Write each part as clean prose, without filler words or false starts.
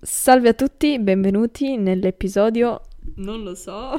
Salve a tutti, benvenuti nell'episodio, non lo so,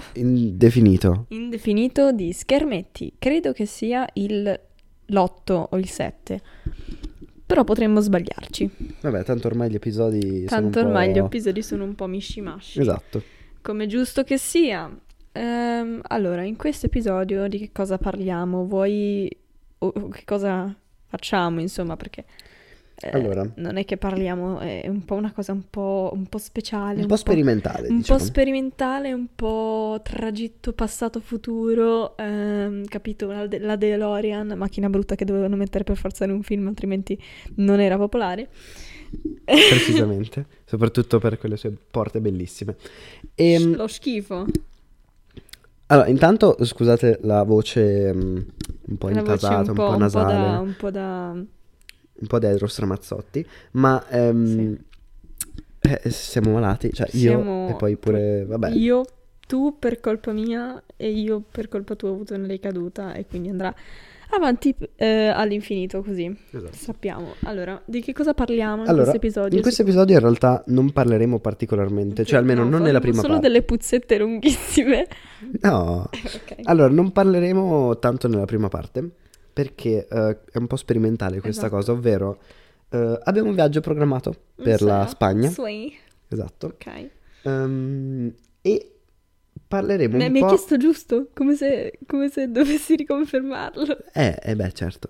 indefinito di Schermetti. Credo che sia l'8 o il 7, però potremmo sbagliarci. Vabbè, tanto ormai gli episodi Tanto sono un ormai po'... gli episodi sono un po' misci-masci. Esatto. Come giusto che sia. Allora, in questo episodio di che cosa parliamo? Vuoi... o che cosa facciamo, insomma, perché... Allora, non è che parliamo, è un po' una cosa un po' speciale, un po' sperimentale, un diciamo. po' sperimentale, un po' tragitto passato-futuro, capito? La DeLorean, macchina brutta che dovevano mettere per forza in un film, altrimenti non era popolare. Precisamente, soprattutto per quelle sue porte bellissime. Lo schifo. Allora, intanto, scusate la voce un po' La voce intasata, un po' nasale, un po' da... un po' da Eros Stramazzotti, ma Sì. siamo malati, cioè io Siamo... e poi pure, vabbè. Io, tu per colpa mia e io per colpa tua ho avuto una ricaduta e quindi andrà avanti all'infinito così. Esatto. Sappiamo. Allora, di che cosa parliamo in Allora, questo episodio? in questo episodio in realtà non parleremo particolarmente, cioè almeno No, non nella prima solo parte. delle puzzette lunghissime. No, Ok. allora non parleremo tanto nella prima parte perché è un po' sperimentale questa Esatto. cosa, ovvero abbiamo un viaggio programmato per la Spagna, Sì. esatto, Ok. E parleremo un Mi hai po'... chiesto giusto? Come se dovessi riconfermarlo. beh, certo.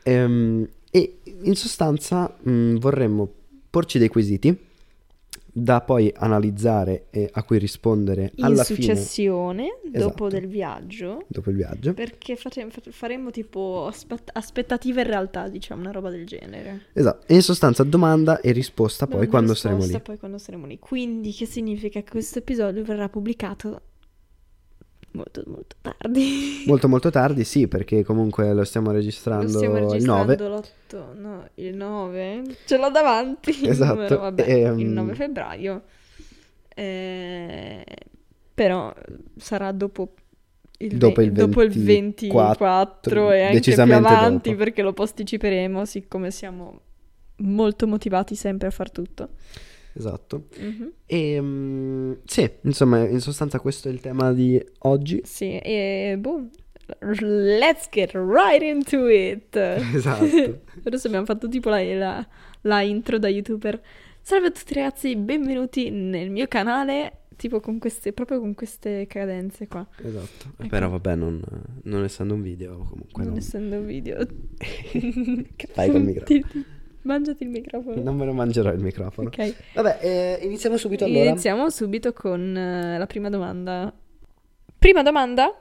E in sostanza vorremmo porci dei quesiti da poi analizzare e a cui rispondere In alla fine, successione, dopo esatto, del viaggio, dopo il viaggio. perché faremo tipo aspettative e realtà, diciamo, una roba del genere. Esatto, e in sostanza domanda e risposta poi Domanda e quando risposta, saremo lì. poi quando saremo lì. Quindi, che significa che questo episodio verrà pubblicato molto, molto tardi. Molto molto tardi, sì, perché comunque lo stiamo Lo registrando stiamo il registrando 9. l'8, no, il 9? Ce l'ho davanti il Esatto, numero, vabbè, il 9 febbraio. Eh, però sarà dopo dopo il dopo il 24, 24 e anche più decisamente avanti dopo. perché lo posticiperemo, siccome siamo molto motivati sempre a far tutto. Esatto. Mhm. E sì, insomma, in sostanza questo è il tema di oggi. Sì, e boh, let's get right into it. Esatto. Adesso abbiamo fatto tipo la intro da YouTuber. Salve a tutti ragazzi, benvenuti nel mio canale, tipo proprio con queste cadenze qua. Esatto. Ecco. Però vabbè, non essendo un video comunque Non non... essendo un video. Che fai col microfono? Mangiati il microfono. Non me lo mangerò il microfono. Ok. Vabbè, iniziamo subito allora. Iniziamo subito con la prima domanda. Prima domanda?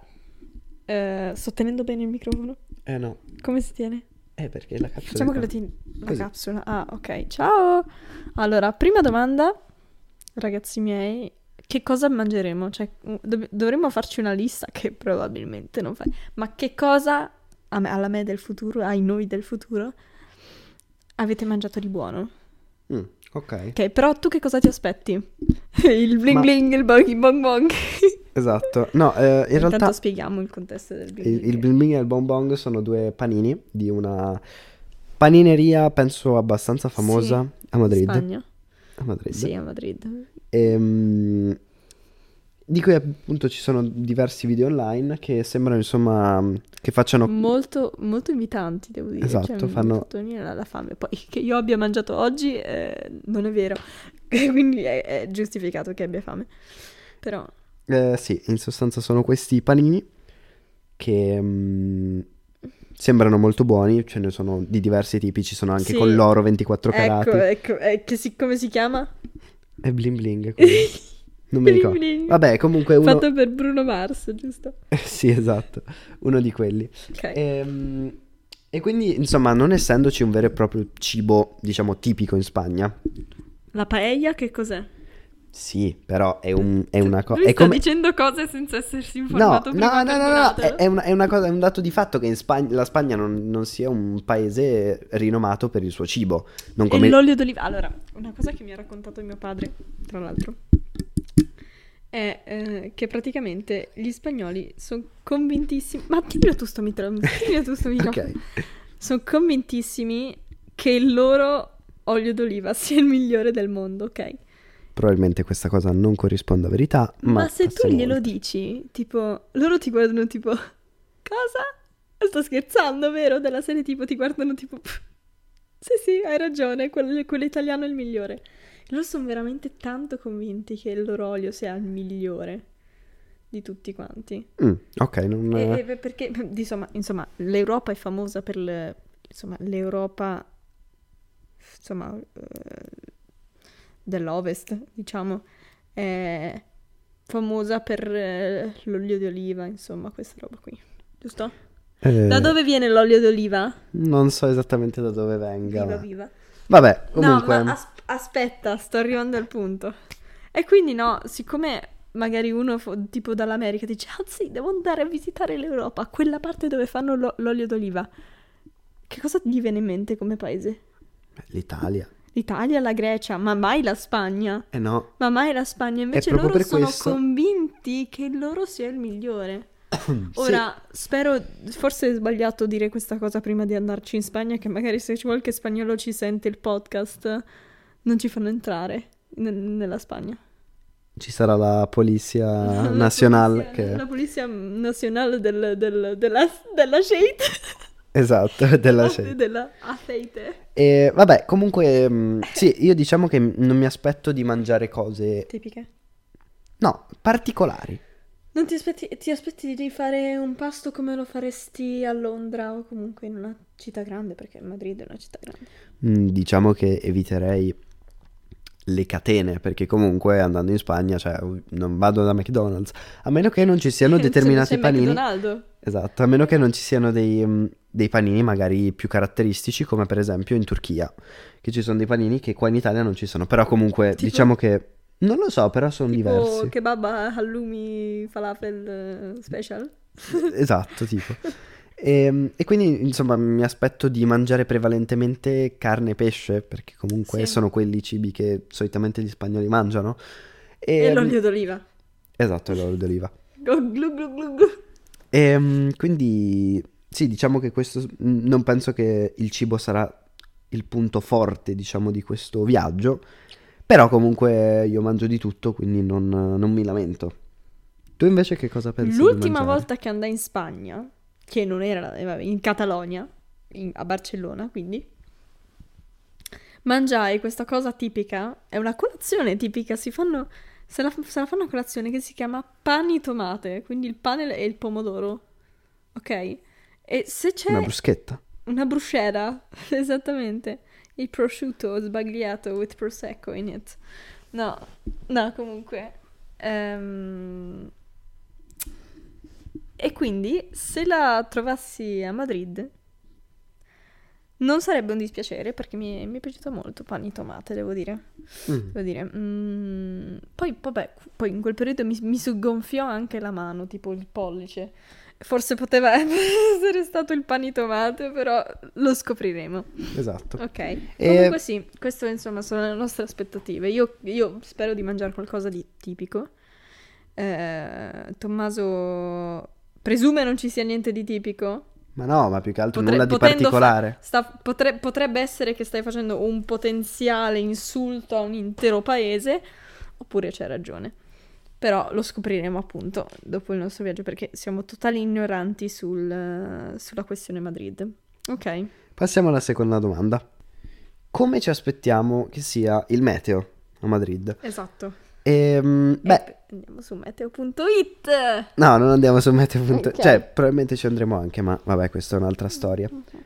Sto tenendo bene il microfono? No. Come si tiene? Perché la capsula... Facciamo è che qua. la Così. capsula. Ah, ok. Ciao! Allora, prima domanda, ragazzi miei. Che cosa mangeremo? Cioè, dovremmo farci una lista che probabilmente non fai. Ma che cosa, alla me del futuro, ai noi del futuro, avete mangiato di buono? Ok. Ok, però tu che cosa ti aspetti? Il bling Ma- bling, il bong bong bong. Esatto. No, in Intanto realtà spieghiamo il contesto del bling il bling. bling bling e il bong bong sono due panini di una panineria, penso abbastanza famosa Sì, a Madrid. in Spagna? A Madrid. Sì, a Madrid. Di cui appunto ci sono diversi video online che sembrano insomma che facciano... Molto, molto invitanti, devo dire. Esatto, Cioè, mi fanno- ha fatto venire la fame. Poi che io abbia mangiato oggi non è vero. Quindi è giustificato che abbia fame. Però, sì, in sostanza sono questi panini che sembrano molto buoni, ce ne sono di diversi tipi, ci sono anche sì. con l'oro 24 carati. Ecco, come si chiama? È bling bling, quello. Non mi Bling ricordo. bling. Vabbè, comunque uno... Fatto per Bruno Mars, giusto? Sì, esatto, uno di quelli. Ok. E quindi, insomma, non essendoci un vero e proprio cibo, diciamo, tipico in Spagna, La paella che cos'è? sì, però è una cosa... Lui È sta come... dicendo cose senza essersi No, informato prima per dirtelo. è una cosa, è un dato di fatto che in Spagna, la Spagna non sia un paese rinomato per il suo cibo, non E come... l'olio d'oliva. Allora, una cosa che mi ha raccontato mio padre, tra l'altro, è che praticamente gli spagnoli sono convintissimi. Ma tienilo tu sto microfono. Ok. Sono convintissimi che il loro olio d'oliva sia il migliore del mondo, ok? probabilmente questa cosa non corrisponde a verità, ma se tu passiamo glielo oltre. dici, tipo, loro ti guardano tipo, cosa? Sto scherzando, vero? Della serie tipo ti guardano tipo, "Pff, sì, hai ragione, quello italiano è il migliore. Loro sono veramente tanto convinti che il loro olio sia il migliore di tutti quanti. Ok, non... Perché, insomma, l'Europa è famosa per insomma, l'Europa, insomma, dell'Ovest, diciamo, è famosa per l'olio di oliva, insomma, questa roba qui, giusto? Da dove viene l'olio di oliva? Non so esattamente da dove venga. Viva, ma- viva. Vabbè, No, comunque... ma aspetta, sto arrivando al punto. E quindi no, siccome magari uno tipo dall'America dice, ah sì, devo andare a visitare l'Europa, quella parte dove fanno l'olio d'oliva, che cosa gli viene in mente come paese? L'Italia. L'Italia, la Grecia, ma mai la Spagna? No. Ma mai la Spagna, invece proprio loro per sono questo- convinti che il loro sia il migliore. Sì. Ora, spero, forse è sbagliato dire questa cosa prima di andarci in Spagna, che magari se qualche spagnolo ci sente il podcast, non ci fanno entrare nella Spagna. Ci sarà la polizia La nazionale polizia- che... La polizia nazionale della shade. Esatto, della scelta. Della aceite. E vabbè, comunque, sì, io diciamo che non mi aspetto di mangiare cose, Tipiche. no, particolari. Non ti aspetti di fare un pasto come lo faresti a Londra o comunque in una città grande, perché Madrid è una città grande. Diciamo che eviterei le catene, perché comunque andando in Spagna, cioè, non vado da McDonald's, a meno che non ci siano determinati Se c'è panini. McDonald's. Esatto, a meno che non ci siano dei panini magari più caratteristici, come per esempio in Turchia, che ci sono dei panini che qua in Italia non ci sono, però comunque Tipo? diciamo che, non lo so, però sono Tipo diversi. kebab, halloumi, falafel special. Esatto, tipo. E quindi, insomma, mi aspetto di mangiare prevalentemente carne e pesce, perché comunque Sì. sono quelli cibi che solitamente gli spagnoli mangiano. E l'olio d'oliva. Esatto, l'olio d'oliva. Glu, glu, glu, glu, glu. Quindi, sì, diciamo che questo, non penso che il cibo sarà il punto forte, diciamo, di questo viaggio, però comunque io mangio di tutto, quindi non mi lamento. Tu invece che cosa pensi di L'ultima mangiare? volta che andai in Spagna, che non era vabbè, in Catalogna, a Barcellona, quindi, mangiai questa cosa tipica, è una colazione tipica, se la fanno a colazione che si chiama pani tomate, quindi il pane e il pomodoro, ok? E se c'è Una bruschetta? una bruscera, esattamente, il prosciutto sbagliato with prosecco in it. No, comunque. E quindi, se la trovassi a Madrid, non sarebbe un dispiacere, perché mi è piaciuto molto pani e tomate, devo dire. Devo dire. Poi, vabbè, poi in quel periodo mi sgonfiò anche la mano, tipo il pollice. Forse poteva essere stato il pani e tomate, però lo scopriremo. Esatto. Ok. Comunque sì, queste insomma sono le nostre aspettative. Io spero di mangiare qualcosa di tipico. Tommaso presume non ci sia niente di tipico. Ma no, ma più che altro nulla di particolare. Potrebbe essere che stai facendo un potenziale insulto a un intero paese, oppure c'è ragione. Però lo scopriremo appunto dopo il nostro viaggio, perché siamo totali ignoranti sulla questione Madrid. Ok. Passiamo alla seconda domanda. Come ci aspettiamo che sia il meteo a Madrid? Esatto. Beh, Andiamo su meteo.it. no, non andiamo su meteo. Ok. Cioè, probabilmente ci andremo anche, ma vabbè, questa è un'altra storia.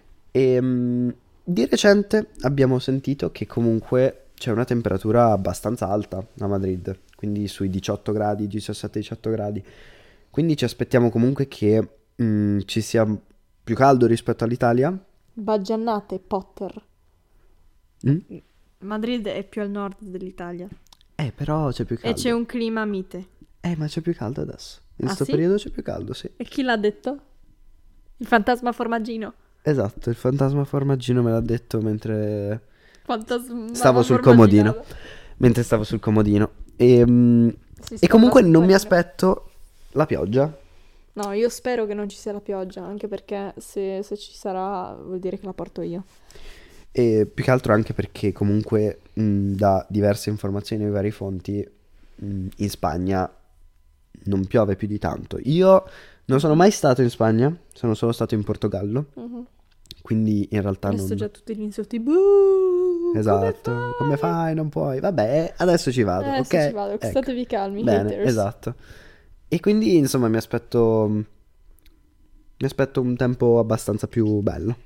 Di recente abbiamo sentito che comunque c'è una temperatura abbastanza alta a Madrid, quindi sui 18 gradi, 17-18 gradi. Quindi ci aspettiamo comunque che ci sia più caldo rispetto all'Italia. Baggiannate, Potter. Mm? Madrid è più al nord dell'Italia. Però c'è più E caldo. c'è un clima mite. Ma c'è più caldo adesso. In Ah, questo sì? periodo c'è più caldo, sì. E chi l'ha detto? Il fantasma formaggino. Esatto, il fantasma formaggino me l'ha detto mentre Fantasma stavo sul formagginato. comodino. Mentre stavo sul comodino. E Si comunque scopre non mi quello. aspetto la pioggia. No, io spero che non ci sia la pioggia, anche perché se ci sarà vuol dire che la porto io. E più che altro anche perché comunque da diverse informazioni e varie fonti in Spagna non piove più di tanto. Io non sono mai stato in Spagna, sono solo stato in Portogallo, Mhm. quindi in realtà Adesso non... già tutti gli insulti. Buh, Esatto, come fai? Non puoi? Vabbè, adesso ci vado, ok? Adesso ci vado, Ecco, statevi calmi, bene, haters. esatto. E quindi insomma mi aspetto un tempo abbastanza più bello.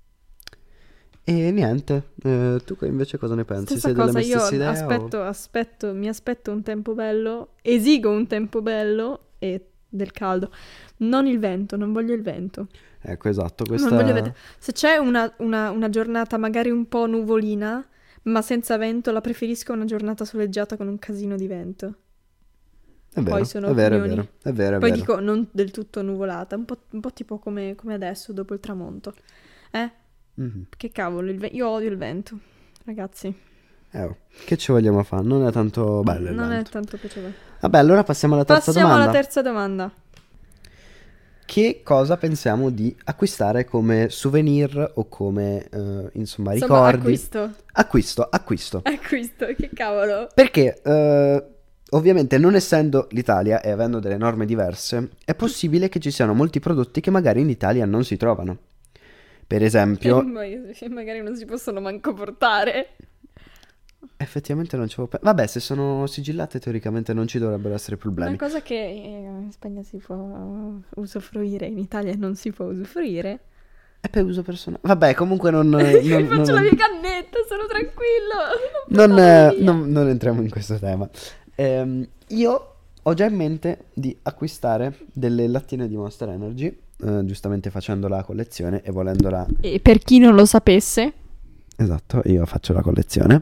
E niente, tu invece cosa ne pensi? Stessa Sei delle cosa, mie io stesse idee o... mi aspetto un tempo bello, esigo un tempo bello e del caldo. Non il vento, non voglio il vento. Ecco, esatto, Non voglio questa... vedere. Se c'è una giornata magari un po' nuvolina, ma senza vento, la preferisco a una giornata soleggiata con un casino di vento. È Poi vero, sono è vero, è opinioni. vero, è vero, è Poi vero. dico non del tutto nuvolata, un po' tipo come adesso, dopo il tramonto. Mhm. Che cavolo, io odio il vento, ragazzi. Oh, che ci vogliamo fare? Non è tanto bello il Non è vento. tanto piacevole. Vabbè, allora passiamo alla terza Passiamo alla domanda. terza domanda. Che cosa pensiamo di acquistare come souvenir o come, insomma, Insomma, ricordi? Acquisto. acquisto, che cavolo. Perché, ovviamente, non essendo l'Italia e avendo delle norme diverse, è possibile che ci siano molti prodotti che magari in Italia non si trovano. Per esempio, Magari non si possono manco portare. effettivamente non ci avevo vabbè, se sono sigillate teoricamente non ci dovrebbero essere Una problemi. cosa che in Spagna si può usufruire, in Italia non si può usufruire. È per uso personale. Vabbè, comunque non... Mi faccio la mia cannetta, sono tranquillo. Non, portatela via. non entriamo in questo tema. Io ho già in mente di acquistare delle lattine di Monster Energy, giustamente facendo la collezione e volendola... E per chi non lo sapesse, Esatto, io faccio la collezione.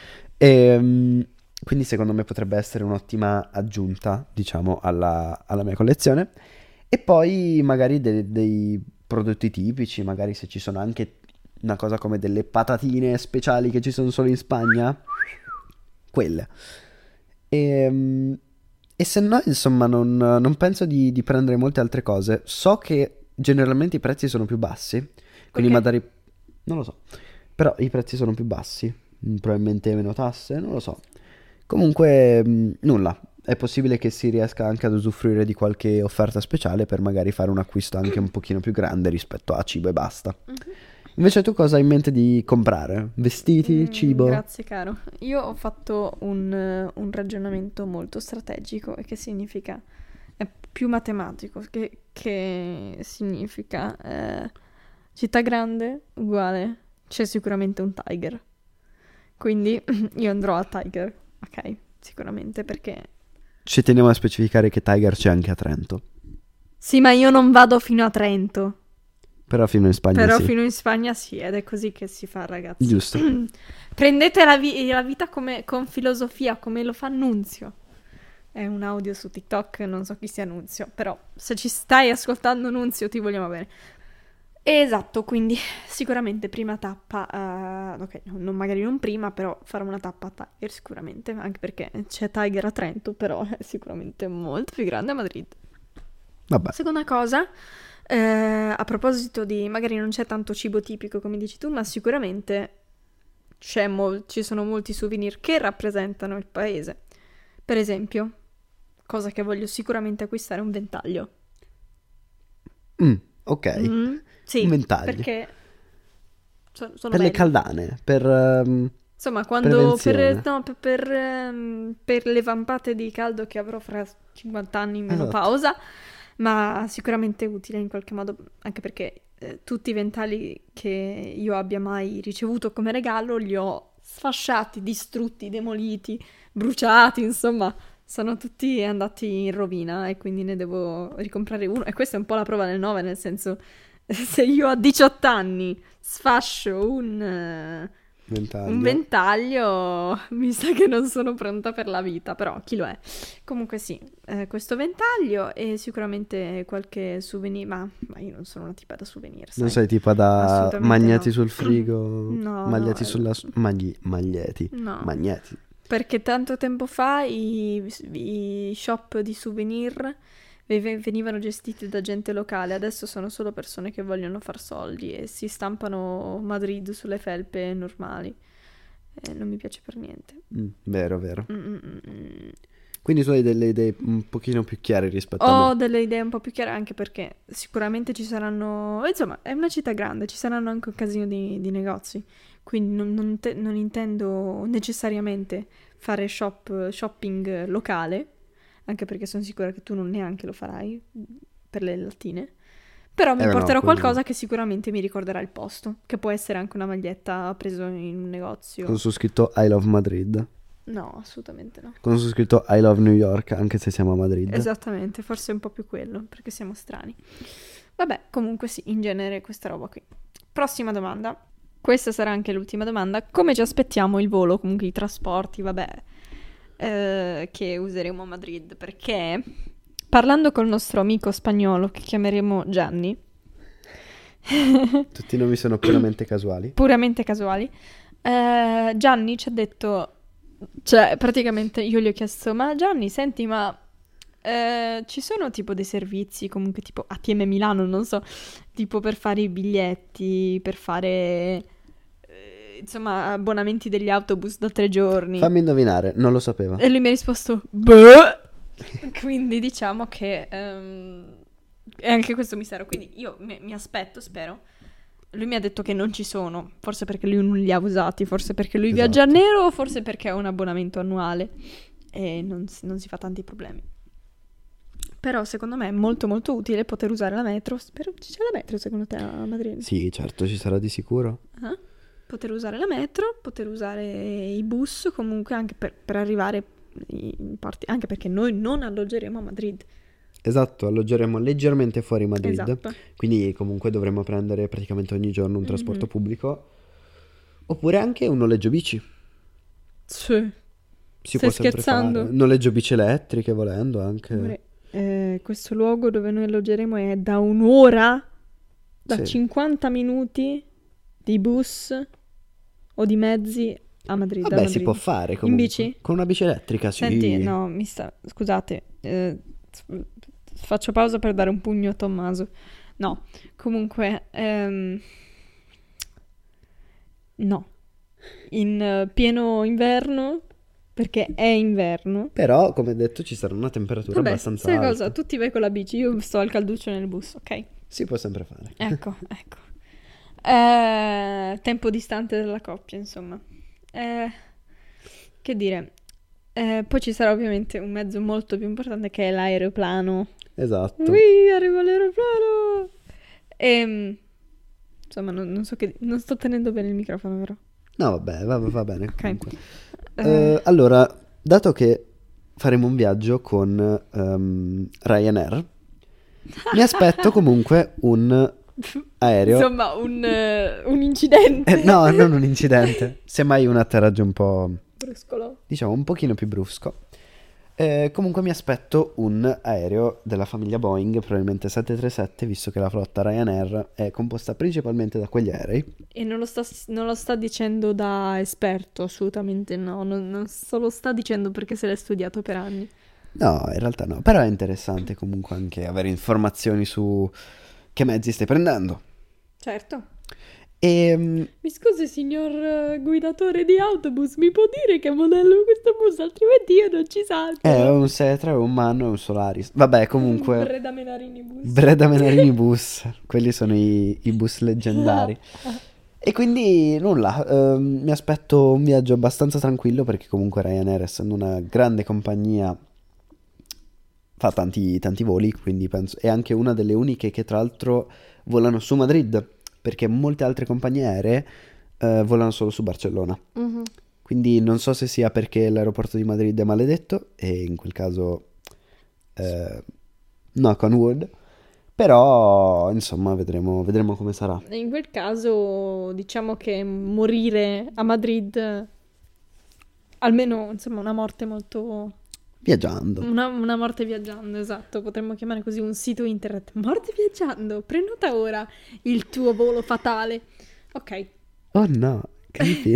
Quindi secondo me potrebbe essere un'ottima aggiunta, diciamo, alla mia collezione. E poi magari dei prodotti tipici, magari se ci sono anche una cosa come delle patatine speciali che ci sono solo in Spagna, quelle. E se no, insomma, non penso di prendere molte altre cose. So che generalmente i prezzi sono più bassi, quindi Ok. magari... Non lo so. Però i prezzi sono più bassi, probabilmente meno tasse, non lo so. Comunque, nulla. È possibile che si riesca anche ad usufruire di qualche offerta speciale per magari fare un acquisto anche un pochino più grande rispetto a cibo e basta. Invece tu cosa hai in mente di comprare? Vestiti, cibo? Grazie caro. Io ho fatto un ragionamento molto strategico e che significa, è più matematico, che significa città grande uguale, c'è sicuramente un Tiger. Quindi io andrò a Tiger, ok? Sicuramente perché... Ci teniamo a specificare che Tiger c'è anche a Trento. Sì, ma io non vado fino a Trento. Però fino in Spagna Però sì. fino in Spagna sì, ed è così che si fa, ragazzi. Giusto. Prendete la vita con filosofia, come lo fa Nunzio. È un audio su TikTok, non so chi sia Nunzio, però se ci stai ascoltando Nunzio ti vogliamo bene. Esatto, quindi sicuramente prima tappa, ok, magari non prima, però farò una tappa a Tiger sicuramente, anche perché c'è Tiger a Trento, però è sicuramente molto più grande a Madrid. Vabbè. Seconda cosa, a proposito di, magari non c'è tanto cibo tipico come dici tu, ma sicuramente ci sono molti souvenir che rappresentano il paese. Per esempio, cosa che voglio sicuramente acquistare è un ventaglio. Ok. Sì, Un ventaglio. perché sono Per le belli. caldane, per... Insomma, quando prevenzione. per le vampate di caldo che avrò fra 50 anni in Esatto. menopausa, ma sicuramente utile in qualche modo, anche perché tutti i ventagli che io abbia mai ricevuto come regalo li ho sfasciati, distrutti, demoliti, bruciati, insomma, sono tutti andati in rovina e quindi ne devo ricomprare uno. E questa è un po' la prova del 9, nel senso, se io a 18 anni sfascio un ventaglio, mi sa che non sono pronta per la vita, però chi lo è? Comunque sì, questo ventaglio e sicuramente qualche souvenir, ma io non sono una tipa da souvenir, sai? Non sei tipo da Assolutamente magneti no. sul frigo, No, maglieti no, sulla... maglieti, no. magneti. Perché tanto tempo fa i shop di souvenir venivano gestiti da gente locale, adesso sono solo persone che vogliono far soldi e si stampano Madrid sulle felpe normali. Non mi piace per niente. Vero, vero. Mm. Quindi tu hai delle idee un pochino più chiare rispetto a Ho me. delle idee un po' più chiare anche perché sicuramente ci saranno, insomma, è una città grande, ci saranno anche un casino di negozi, quindi non intendo necessariamente fare shopping locale, anche perché sono sicura che tu non neanche lo farai per le lattine, però mi No, porterò quello qualcosa che sicuramente mi ricorderà il posto, che può essere anche una maglietta presa in un negozio. con su scritto I love Madrid. No, assolutamente no. Con su scritto I love New York, anche se siamo a Madrid. Esattamente, forse un po' più quello, perché siamo strani. Vabbè, comunque sì, in genere questa roba qui. Prossima domanda. Questa sarà anche l'ultima domanda. Come ci aspettiamo il volo, comunque i trasporti, vabbè, che useremo a Madrid? Perché parlando col nostro amico spagnolo, che chiameremo Gianni, Tutti i nomi sono puramente casuali. puramente casuali, Gianni ci ha detto, cioè praticamente io gli ho chiesto, ma Gianni, senti, ma ci sono tipo dei servizi, comunque tipo ATM Milano, non so, tipo per fare i biglietti, per fare, insomma, abbonamenti degli autobus da 3 giorni. Fammi indovinare, non lo sapeva. E lui mi ha risposto, boh! Quindi diciamo che è anche questo mistero. Quindi io mi aspetto, spero. Lui mi ha detto che non ci sono, forse perché lui non li ha usati, forse perché lui viaggia a Esatto. nero, o forse perché ha un abbonamento annuale e non si fa tanti problemi. Però secondo me è molto molto utile poter usare la metro. Spero c'è la metro secondo te a Madrid? Sì, certo, ci sarà di sicuro. Ah? Poter usare la metro, poter usare i bus comunque anche per arrivare in parti, anche perché noi non alloggeremo a Madrid. Esatto, alloggeremo leggermente fuori Madrid. Esatto. Quindi comunque dovremo prendere praticamente ogni giorno un trasporto Mhm. pubblico. Oppure anche un noleggio bici. Sì. Si Stai può sempre scherzando? fare. Noleggio bici elettriche volendo anche. Amore, questo luogo dove noi alloggeremo è da un'ora, da Sì. 50 minuti di bus o di mezzi a Madrid. Vabbè, a si Madrid. può fare In comunque. bici? Con una bici elettrica, sì. Senti, no, scusate, faccio pausa per dare un pugno a Tommaso. No, comunque, no. In pieno inverno, perché è inverno. Però, come detto, ci sarà una temperatura Vabbè, abbastanza sai alta. cosa? Tu ti vai con la bici, io sto al calduccio nel bus, ok? Si può sempre fare. Ecco. Tempo distante dalla coppia, insomma. Che dire. Poi ci sarà ovviamente un mezzo molto più importante che è l'aeroplano. Esatto. Ui, arriva l'aeroplano! Insomma, non so che... Non sto tenendo bene il microfono, vero? No, vabbè, va bene. Ok. Comunque. Allora, dato che faremo un viaggio con Ryanair, mi aspetto comunque un aereo. Insomma, un incidente. No, non un incidente. Semmai un atterraggio un po', Bruscolo. diciamo, un pochino più brusco. Comunque mi aspetto un aereo della famiglia Boeing, probabilmente 737, visto che la flotta Ryanair è composta principalmente da quegli aerei. E non lo sta dicendo da esperto, assolutamente no. Non se lo sta dicendo perché se l'è studiato per anni. No, in realtà no, però è interessante comunque anche avere informazioni su che mezzi stai prendendo. Certo. E Mi scusi, signor guidatore di autobus, mi può dire che modello è questo bus? Altrimenti io non ci salgo. è un Setra, un Manno e un Solaris. Vabbè, comunque Breda Menarini bus. Breda Menarini bus, quelli sono i bus leggendari. E quindi nulla, mi aspetto un viaggio abbastanza tranquillo perché comunque Ryanair, essendo una grande compagnia, fa tanti voli, quindi penso è anche una delle uniche che tra l'altro volano su Madrid, perché molte altre compagnie aeree volano solo su Barcellona. Mhm. Quindi non so se sia perché l'aeroporto di Madrid è maledetto e in quel caso knock on wood, però insomma vedremo come sarà. In quel caso, diciamo che morire a Madrid, almeno insomma una morte molto... Viaggiando. Una morte viaggiando, esatto, potremmo chiamare così un sito internet. Morte viaggiando, prenota ora il tuo volo fatale. Ok. Oh no, creepy.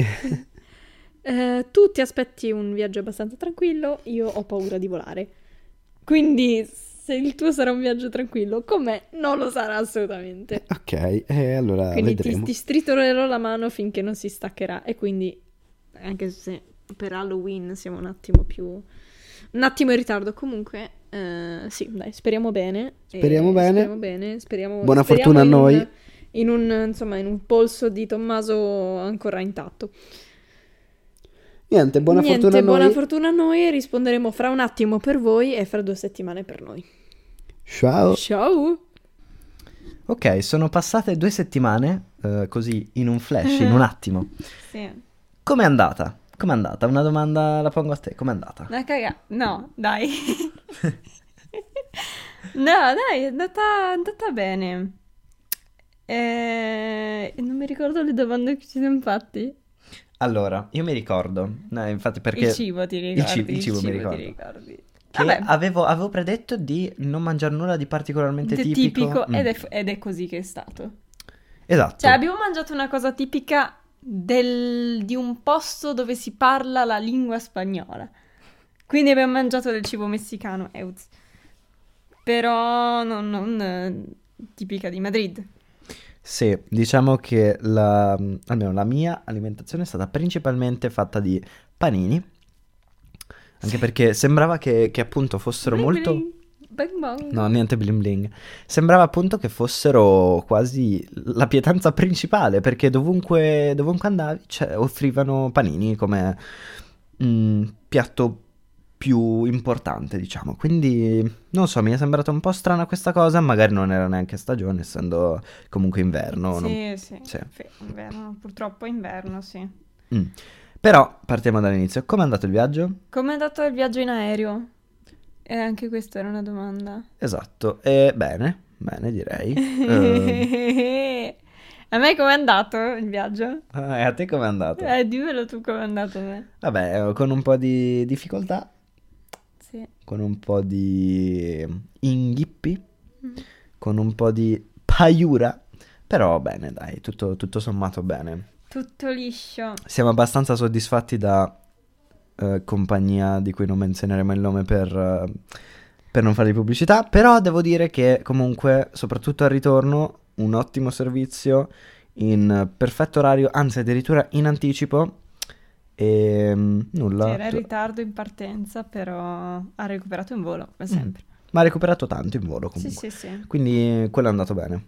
Tu ti aspetti un viaggio abbastanza tranquillo, io ho paura di volare. Quindi se il tuo sarà un viaggio tranquillo, com'è? Non lo sarà assolutamente. Ok, allora Quindi vedremo. ti stritolerò la mano finché non si staccherà. E quindi, anche se per Halloween siamo un attimo in ritardo, comunque, sì, dai, speriamo bene. Speriamo bene. Speriamo bene. Buona speriamo fortuna a noi. Insomma, in un polso di Tommaso ancora intatto. Niente, buona fortuna a noi. Buona fortuna a noi e risponderemo fra un attimo per voi e fra 2 settimane per noi. Ciao. Ciao! Ok, sono passate 2 settimane, così in un flash, in un attimo. Sì. Com'è andata? Com'è andata? Una domanda la pongo a te, com'è andata? La caga... No, dai. No, dai, è andata bene. Non mi ricordo le domande che ci siamo fatti. Allora, io mi ricordo, infatti perché... Il cibo ti ricordi? Il cibo mi ti ricordo. ricordi. Che Vabbè, avevo predetto di non mangiare nulla di particolarmente tipico. ed è così che è stato. Esatto. Cioè, abbiamo mangiato una cosa tipica di un posto dove si parla la lingua spagnola. Quindi abbiamo mangiato del cibo messicano, euz. Però non tipica di Madrid. Sì, diciamo che almeno la mia alimentazione è stata principalmente fatta di panini, anche perché sembrava che appunto fossero Bling molto... bling, bang bang. No, niente bling bling. Sembrava appunto che fossero quasi la pietanza principale, perché dovunque andavi offrivano panini come piatto più importante, diciamo. Quindi, non so, mi è sembrata un po' strana questa cosa, magari non era neanche stagione, essendo comunque inverno. Sì. Sì. Inverno, purtroppo inverno, sì. Però, partiamo dall'inizio. Com'è andato il viaggio? Com'è andato il viaggio in aereo? Anche questa era una domanda. Esatto, bene, direi. A me com'è andato il viaggio? E a te com'è andato? Dimmelo tu com'è andato a me. Vabbè, con un po' di difficoltà, Sì. con un po' di inghippi, con un po' di paiura, però bene, dai, tutto sommato bene. Tutto liscio. Siamo abbastanza soddisfatti da compagnia di cui non menzioneremo il nome per non fare di pubblicità, però devo dire che comunque, soprattutto al ritorno, un ottimo servizio in perfetto orario, anzi addirittura in anticipo e nulla. Sì, era in ritardo in partenza, però ha recuperato in volo, come sempre. Ma ha recuperato tanto in volo comunque. Sì. Quindi quello è andato bene.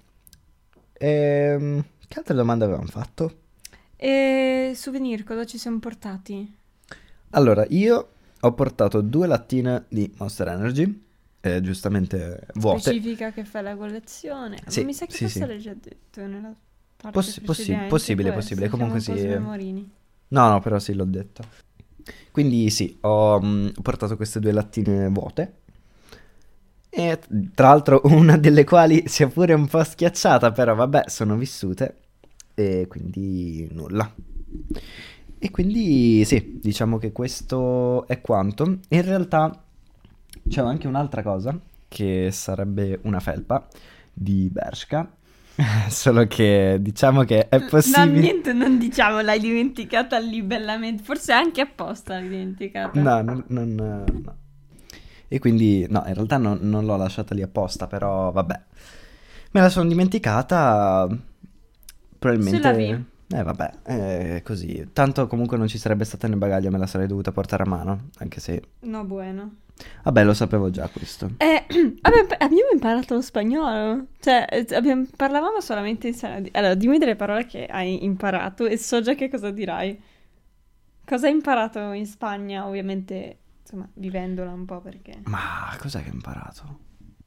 Che altre domande avevamo fatto? E souvenir, cosa ci siamo portati? Allora, io ho portato 2 lattine di Monster Energy, giustamente vuote. Specifica che fai la collezione. Sì, Ma mi sa che sì, forse sì. l'hai già detto nella parte precedente. Possibile, può essere, comunque siamo un sì. po' smemorini. No, però sì, l'ho detto. Quindi sì, ho portato queste 2 lattine vuote. E tra l'altro una delle quali sia pure un po' schiacciata, però vabbè, sono vissute. E quindi nulla. E quindi sì, diciamo che questo è quanto. In realtà c'è anche un'altra cosa, che sarebbe una felpa di Bershka. Solo che diciamo che è possibile. No, niente, non diciamo, l'hai dimenticata lì bellamente. Forse anche apposta l'hai dimenticata. No, no. E quindi no, in realtà non l'ho lasciata lì apposta, però vabbè. Me la sono dimenticata. Probabilmente. Sulla via. Vabbè, così. Tanto comunque non ci sarebbe stata nel bagaglio, me la sarei dovuta portare a mano, anche se... No, bueno. Vabbè, lo sapevo già questo. Abbiamo imparato lo spagnolo. Cioè, parlavamo solamente in sala di... Allora, dimmi delle parole che hai imparato e so già che cosa dirai. Cosa hai imparato in Spagna, ovviamente, insomma, vivendola un po' perché... Ma cos'è che ho imparato?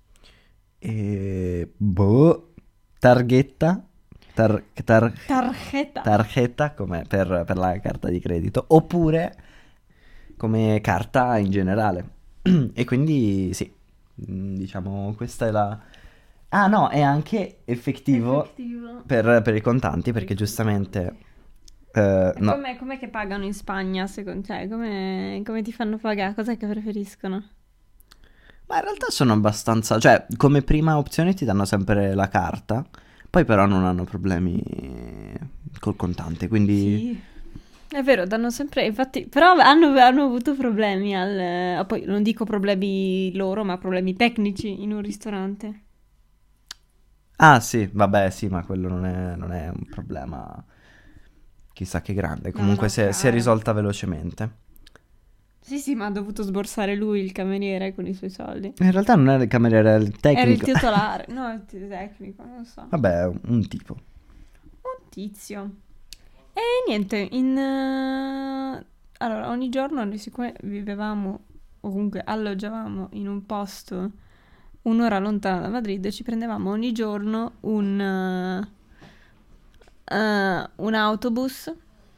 Targhetta. Tarjeta come per la carta di credito, oppure come carta in generale. E quindi sì, diciamo questa è la... Ah no, è anche effettivo. Per i contanti, perché giustamente... no. Com'è che pagano in Spagna, secondo te? Come ti fanno pagare? Cos'è che preferiscono? Ma in realtà sono abbastanza... Cioè, come prima opzione ti danno sempre la carta, poi però non hanno problemi col contante, quindi... Sì. È vero, danno sempre, infatti, però hanno avuto problemi poi non dico problemi loro, ma problemi tecnici in un ristorante. Ah sì, vabbè sì, ma quello non è un problema chissà che grande. No, Comunque no, si è chiaro. risolta velocemente. Sì, ma ha dovuto sborsare lui il cameriere con i suoi soldi. In realtà non era il cameriere, era il Era il tecnico. titolare, no, il tecnico, non so. Vabbè, un tipo. Un tizio. E niente, allora, ogni giorno, noi siccome vivevamo, o comunque alloggiavamo in un posto un'ora lontana da Madrid, ci prendevamo ogni giorno un autobus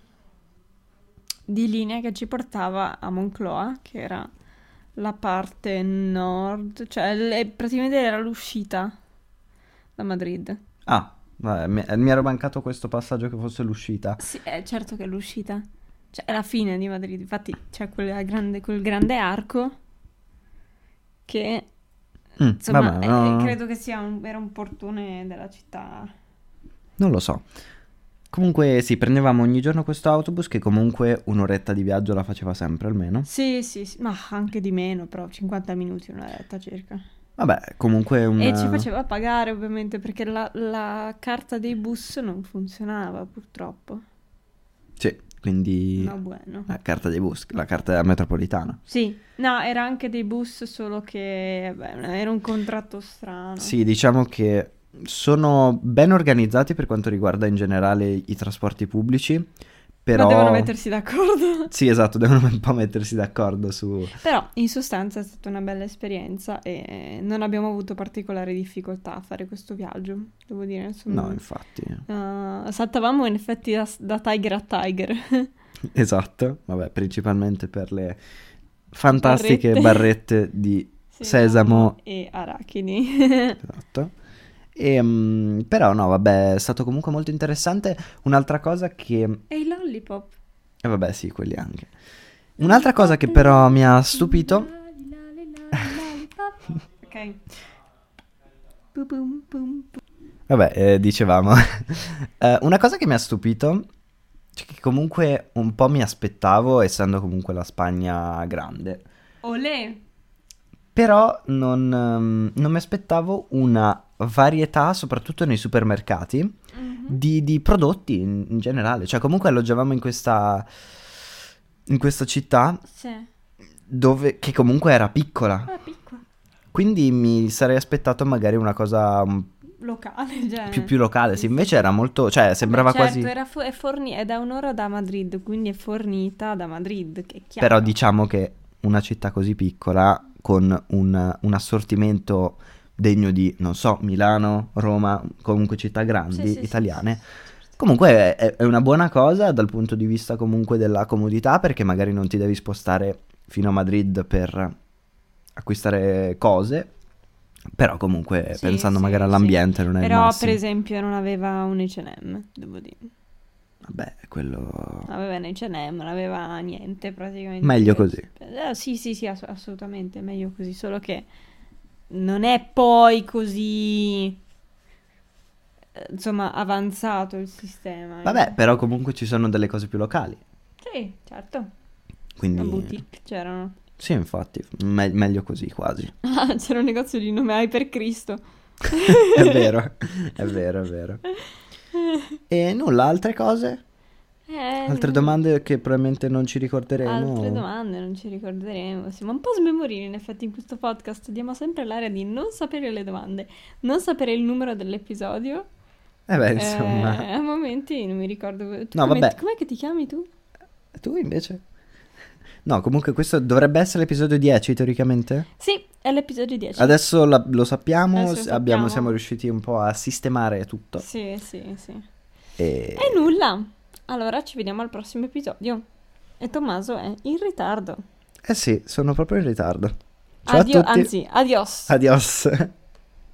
di linea che ci portava a Moncloa, che era la parte nord, cioè praticamente era l'uscita da Madrid. Ah, vabbè, mi ero mancato questo passaggio che fosse l'uscita. Sì, certo che è l'uscita. Cioè, è la fine di Madrid. Infatti c'è quel grande arco che, insomma, Vabbè, no, credo che era un portone della città. non lo so. Comunque sì, prendevamo ogni giorno questo autobus che comunque un'oretta di viaggio la faceva sempre almeno. Sì, ma anche di meno, però 50 minuti, un'oretta circa. Vabbè, comunque E ci faceva pagare, ovviamente, perché la carta dei bus non funzionava, purtroppo. Sì, quindi No, bueno. la carta dei bus, la carta metropolitana. Sì, no, era anche dei bus, solo che era un contratto strano. Sì, diciamo che sono ben organizzati per quanto riguarda in generale i trasporti pubblici, però... Ma devono mettersi d'accordo. Sì, esatto, devono un po' mettersi d'accordo su... Però in sostanza è stata una bella esperienza e non abbiamo avuto particolari difficoltà a fare questo viaggio, devo dire. Insomma, No, infatti. saltavamo in effetti da tiger a tiger. Esatto, vabbè, principalmente per le fantastiche barrette di sesamo. E arachidi. Esatto. Però no, vabbè, è stato comunque molto interessante. Un'altra cosa che... E i lollipop. E vabbè, sì, quelli anche. Un'altra cosa che però mi ha stupito... Ok. Boom, boom, boom. Vabbè, dicevamo. Una cosa che mi ha stupito, cioè che comunque un po' mi aspettavo, essendo comunque la Spagna grande. Olè. Però non mi aspettavo una varietà, soprattutto nei supermercati, di prodotti in generale. Cioè, comunque alloggiavamo in questa città Sì. che comunque era piccola. Era piccola. Quindi mi sarei aspettato magari una cosa Locale, cioè. più locale. Sì, invece era molto... Cioè, sembrava certo, quasi... è da un'ora da Madrid, quindi è fornita da Madrid, che è chiaro. Però diciamo che una città così piccola, con un assortimento degno di, non so, Milano, Roma, comunque città grandi, Sì, italiane, sì. comunque è una buona cosa dal punto di vista comunque della comodità, perché magari non ti devi spostare fino a Madrid per acquistare cose, però comunque Sì, pensando sì, magari sì. all'ambiente non è il Però, massimo. per esempio, non aveva un H&M, devo dire. Vabbè, quello... Non aveva un H&M, non aveva niente praticamente. Meglio così. Sì, assolutamente, meglio così, solo che non è poi così, insomma, avanzato il sistema. Vabbè, però comunque ci sono delle cose più locali, Sì, certo. quindi... Le boutique c'erano. Sì, infatti, meglio così quasi. Ah, c'era un negozio di nome Hypercristo. È vero, è vero, è vero. E nulla, altre cose? Altre domande che probabilmente non ci ricorderemo? Altre domande non ci ricorderemo. Siamo un po' smemorini in effetti in questo podcast. Diamo sempre l'area di non sapere le domande, non sapere il numero dell'episodio. Insomma. A momenti non mi ricordo. No, vabbè. Com'è che ti chiami tu? Tu invece? No, comunque questo dovrebbe essere l'episodio 10 teoricamente. Sì, è l'episodio 10. Adesso lo sappiamo, Adesso lo sappiamo. siamo riusciti un po' a sistemare tutto. Sì. E... E nulla. Allora ci vediamo al prossimo episodio. E Tommaso è in ritardo. Eh sì, sono proprio in ritardo. Ciao a tutti. Anzi, adios. Adios.